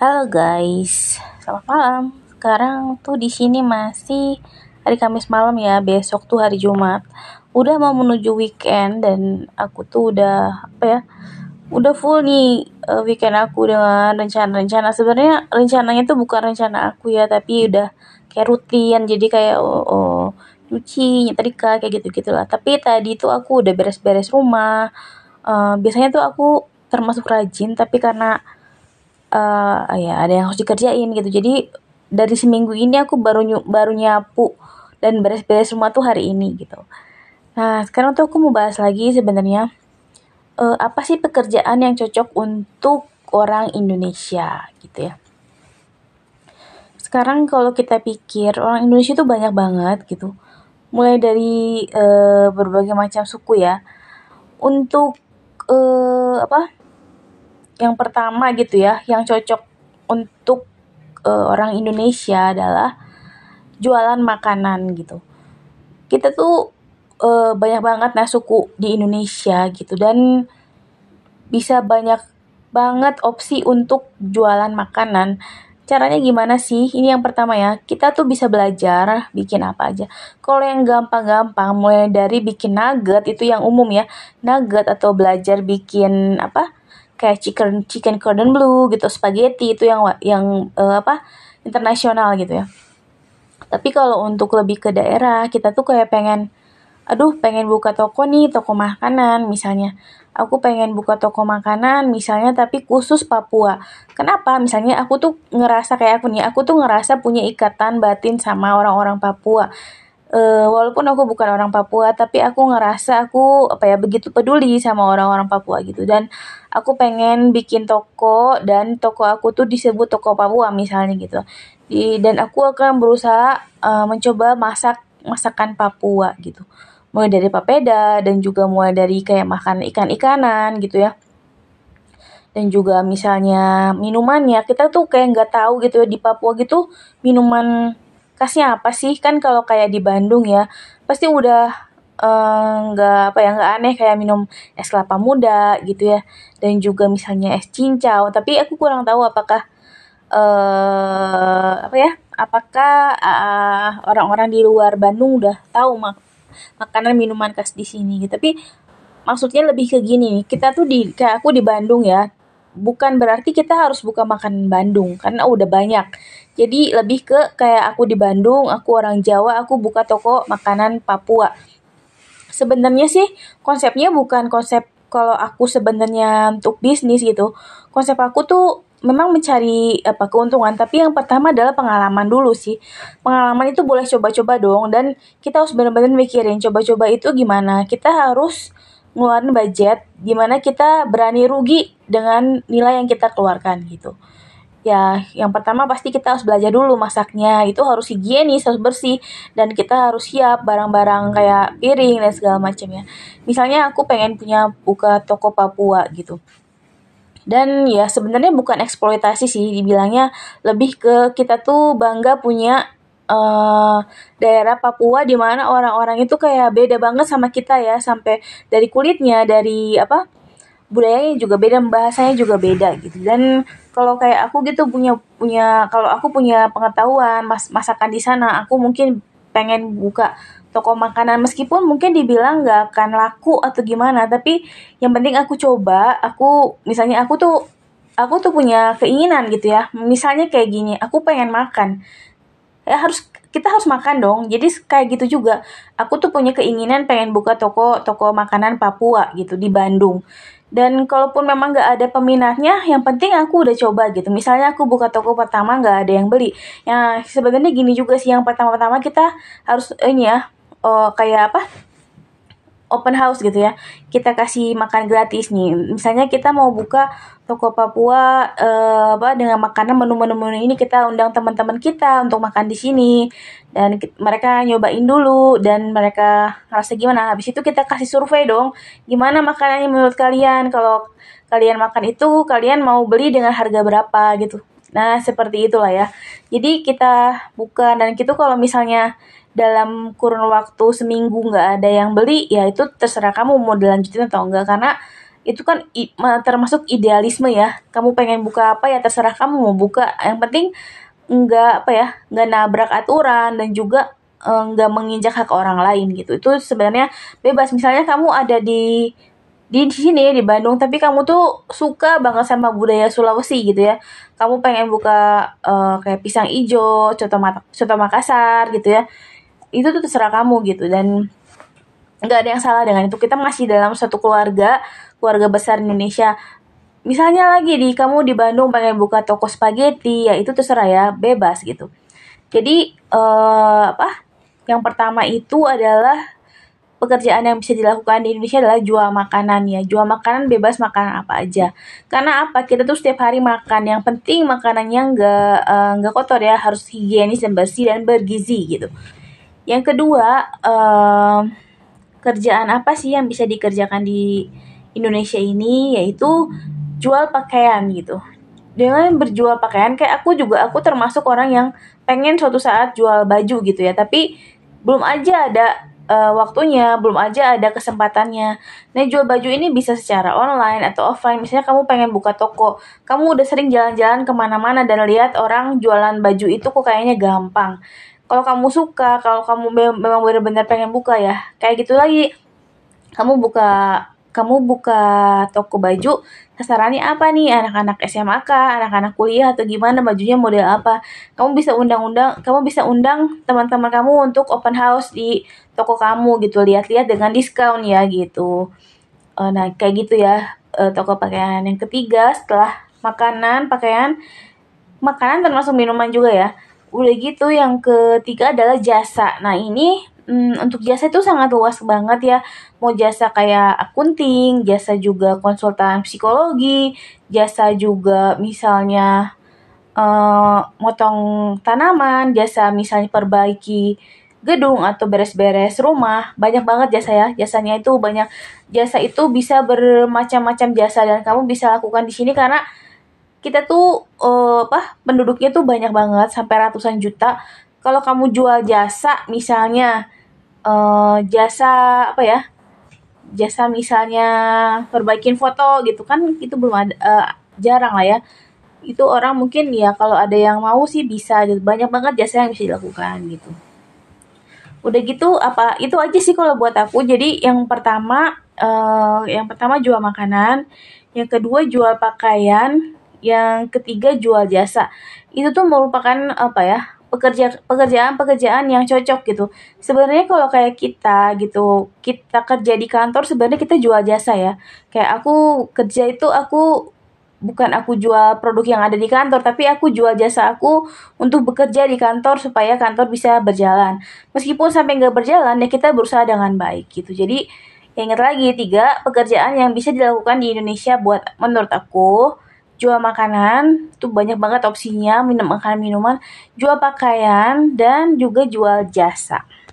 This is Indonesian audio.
Halo guys, selamat malam. Sekarang tuh di sini masih hari Kamis malam ya, besok tuh hari Jumat. Udah mau menuju weekend dan aku tuh udah full nih weekend aku dengan rencana-rencana. Sebenarnya rencananya tuh bukan rencana aku ya, tapi udah kayak rutin. Jadi kayak nyuci, nyetrika kayak gitu-gitulah. Tapi tadi tuh aku udah beres-beres rumah. Biasanya tuh aku termasuk rajin, tapi karena ya ada yang harus dikerjain gitu. Jadi dari seminggu ini aku baru nyapu dan beres-beres rumah tuh hari ini gitu. Nah, sekarang tuh aku mau bahas lagi sebenarnya apa sih pekerjaan yang cocok untuk orang Indonesia gitu ya. Sekarang kalau kita pikir orang Indonesia tuh banyak banget gitu. Mulai dari berbagai macam suku ya. Untuk yang pertama gitu ya, yang cocok untuk orang Indonesia adalah jualan makanan gitu. Kita tuh banyak banget suku di Indonesia gitu, dan bisa banyak banget opsi untuk jualan makanan. Caranya gimana sih? Ini yang pertama ya, kita tuh bisa belajar bikin apa aja. Kalau yang gampang-gampang, mulai dari bikin nugget, itu yang umum ya, nugget, atau belajar bikin kayak chicken cordon bleu gitu, spaghetti, itu yang internasional gitu ya. Tapi kalau untuk lebih ke daerah, kita tuh kayak pengen buka toko nih, toko makanan misalnya. Aku pengen buka toko makanan misalnya, tapi khusus Papua. Kenapa? Misalnya aku tuh ngerasa punya ikatan batin sama orang-orang Papua. Walaupun aku bukan orang Papua, tapi aku ngerasa aku begitu peduli sama orang-orang Papua gitu. Dan aku pengen bikin toko, dan toko aku tuh disebut toko Papua misalnya gitu. Dan aku akan berusaha mencoba masakan Papua gitu. Mulai dari papeda, dan juga mulai dari kayak makan ikan-ikanan gitu ya. Dan juga misalnya minumannya, kita tuh kayak nggak tahu gitu ya, di Papua gitu minuman khasnya apa sih. Kan kalau kayak di Bandung ya pasti udah nggak aneh kayak minum es kelapa muda gitu ya, dan juga misalnya es cincau. Tapi aku kurang tahu apakah orang-orang di luar Bandung udah tahu makanan minuman khas di sini gitu. Tapi maksudnya lebih ke gini nih, kita tuh kayak aku di Bandung ya, bukan berarti kita harus buka makanan Bandung karena udah banyak. Jadi lebih ke kayak aku di Bandung, aku orang Jawa, aku buka toko makanan Papua. Sebenarnya sih konsepnya bukan konsep kalau aku sebenarnya untuk bisnis gitu. Konsep aku tuh memang mencari keuntungan, tapi yang pertama adalah pengalaman dulu sih. Pengalaman itu boleh coba-coba dong, dan kita harus benar-benar mikirin coba-coba itu gimana. Kita harus ngeluarin budget gimana kita berani rugi dengan nilai yang kita keluarkan gitu. Ya, yang pertama pasti kita harus belajar dulu masaknya. Itu harus higienis, harus bersih, dan kita harus siap barang-barang kayak piring dan segala macamnya. Misalnya aku pengen buka toko Papua gitu. Dan ya sebenarnya bukan eksploitasi sih, dibilangnya lebih ke kita tuh bangga punya daerah Papua di mana orang-orang itu kayak beda banget sama kita ya, sampai dari kulitnya, dari budayanya juga beda, bahasanya juga beda gitu. Dan kalau kayak aku gitu kalau aku punya pengetahuan masakan di sana, aku mungkin pengen buka toko makanan, meskipun mungkin dibilang nggak akan laku atau gimana, tapi yang penting aku coba. Aku tuh punya keinginan gitu ya, misalnya kayak gini, aku pengen makan ya, kita harus makan dong. Jadi kayak gitu juga, aku tuh punya keinginan pengen buka toko makanan Papua gitu di Bandung. Dan kalaupun memang nggak ada peminatnya, yang penting aku udah coba gitu. Misalnya aku buka toko pertama nggak ada yang beli, ya sebenarnya gini juga sih, yang pertama-tama kita harus ini ya, kayak open house gitu ya. Kita kasih makan gratis nih. Misalnya kita mau buka toko Papua dengan makanan, menu-menu ini kita undang teman-teman kita untuk makan di sini, dan mereka nyobain dulu dan mereka ngerasa gimana. Habis itu kita kasih survei dong. Gimana makanannya menurut kalian? Kalau kalian makan itu, kalian mau beli dengan harga berapa gitu. Nah, seperti itulah ya. Jadi kita buka, dan gitu kalau misalnya dalam kurun waktu seminggu nggak ada yang beli, ya itu terserah kamu mau dilanjutin atau enggak. Karena itu kan termasuk idealisme ya. Kamu pengen buka apa ya terserah kamu mau buka. Yang penting nggak nabrak aturan dan juga nggak menginjak hak orang lain gitu. Itu sebenarnya bebas. Misalnya kamu ada di sini di Bandung, tapi kamu tuh suka banget sama budaya Sulawesi gitu ya. Kamu pengen buka kayak pisang ijo, soto Makassar gitu ya. Itu tuh terserah kamu gitu, dan nggak ada yang salah dengan itu. Kita masih dalam satu keluarga besar Indonesia. Misalnya lagi kamu di Bandung pengen buka toko spaghetti, ya itu terserah ya, bebas gitu. Jadi yang pertama itu adalah pekerjaan yang bisa dilakukan di Indonesia adalah jual makanan ya. Jual makanan bebas, makanan apa aja. Karena apa? Kita tuh setiap hari makan. Yang penting makanannya nggak kotor ya, harus higienis dan bersih dan bergizi gitu. Yang kedua, kerjaan apa sih yang bisa dikerjakan di Indonesia ini, yaitu jual pakaian gitu. Dengan berjual pakaian, kayak aku termasuk orang yang pengen suatu saat jual baju gitu ya, tapi belum aja ada waktunya, belum aja ada kesempatannya. Nah, jual baju ini bisa secara online atau offline. Misalnya kamu pengen buka toko, kamu udah sering jalan-jalan kemana-mana dan lihat orang jualan baju itu kok kayaknya gampang. Kalau kamu suka, kalau kamu memang benar-benar pengen buka ya, kayak gitu lagi. Kamu buka toko baju, sasarannya apa nih? Anak-anak SMA kah? Anak-anak kuliah atau gimana? Bajunya model apa? Kamu bisa undang teman-teman kamu untuk open house di toko kamu gitu, lihat-lihat dengan diskon ya gitu. Nah, kayak gitu ya, toko pakaian. Yang ketiga, setelah makanan termasuk minuman juga ya. Udah gitu, yang ketiga adalah jasa. Nah, ini untuk jasa itu sangat luas banget ya. Mau jasa kayak akunting, jasa juga konsultan psikologi, jasa juga misalnya motong tanaman, jasa misalnya perbaiki gedung atau beres-beres rumah. Banyak banget jasa ya. Jasanya itu banyak. Jasa itu bisa bermacam-macam jasa dan kamu bisa lakukan di sini karena kita tuh penduduknya tuh banyak banget sampai ratusan juta. Kalau kamu jual jasa misalnya jasa apa ya? Jasa misalnya perbaikin foto gitu kan, itu belum ada, jarang lah ya. Itu orang mungkin ya kalau ada yang mau sih bisa gitu. Banyak banget jasa yang bisa dilakukan gitu. Udah gitu apa itu aja sih kalau buat aku. Jadi yang pertama jual makanan, yang kedua jual pakaian, yang ketiga jual jasa. Itu tuh merupakan apa ya? Pekerjaan-pekerjaan yang cocok gitu. Sebenarnya kalau kayak kita gitu, kita kerja di kantor sebenarnya kita jual jasa ya. Kayak aku kerja itu bukan aku jual produk yang ada di kantor, tapi aku jual jasa aku untuk bekerja di kantor supaya kantor bisa berjalan. Meskipun sampai nggak berjalan, ya kita berusaha dengan baik gitu. Jadi, ya ingat lagi, 3 pekerjaan yang bisa dilakukan di Indonesia buat menurut aku. Jual makanan, itu banyak banget opsinya, makanan minuman, jual pakaian, dan juga jual jasa.